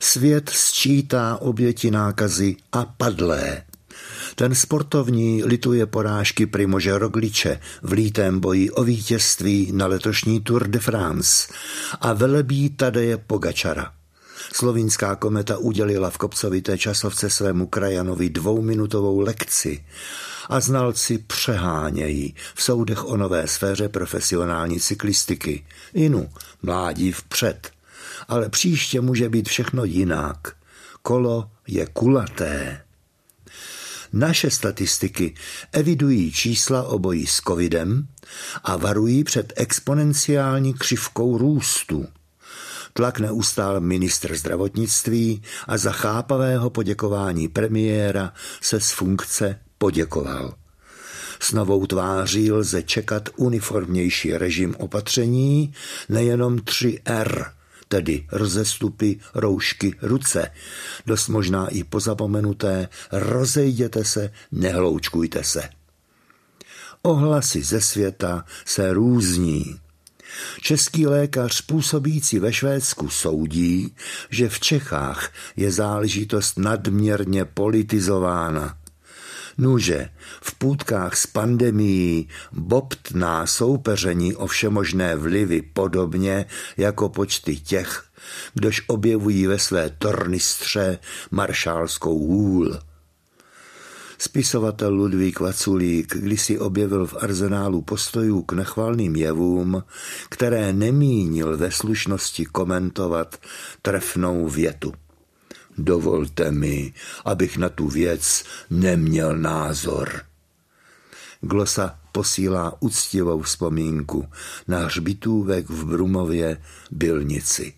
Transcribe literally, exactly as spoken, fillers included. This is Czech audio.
Svět sčítá oběti nákazy a padlé. Ten sportovní lituje porážky Primože Rogliče v lítém boji o vítězství na letošní Tour de France a velebí Tadeje Pogačara. Slovinská Kometa udělila v kopcovité časovce svému krajanovi dvouminutovou lekci a znalci přehánějí v soudech o nové sféře profesionální cyklistiky. Inu, mládí vpřed. Ale příště může být všechno jinak. Kolo je kulaté. Naše statistiky evidují čísla o boji s covidem a varují před exponenciální křivkou růstu. Tlak neustál ministr zdravotnictví a za chápavého poděkování premiéra se z funkce poděkoval. S novou tváří lze čekat uniformnější režim opatření, nejenom tři R, tedy rozestupy, roušky, ruce. Dost možná i pozapomenuté, rozejděte se, nehloučkujte se. Ohlasy ze světa se různí. Český lékař působící ve Švédsku soudí, že v Čechách je záležitost nadměrně politizována. Nuže, v půtkách s pandemií bobtná soupeření o všemožné vlivy podobně jako počty těch, kdož objevují ve své tornistře maršálskou hůl. Spisovatel Ludvík Vaculík kdysi objevil v arzenálu postojů k nechvalným jevům, které nemínil ve slušnosti komentovat trefnou větu. Dovolte mi, abych na tu věc neměl názor. Glosa posílá úctivou vzpomínku na hřbitůvek v Brumově Bylnici.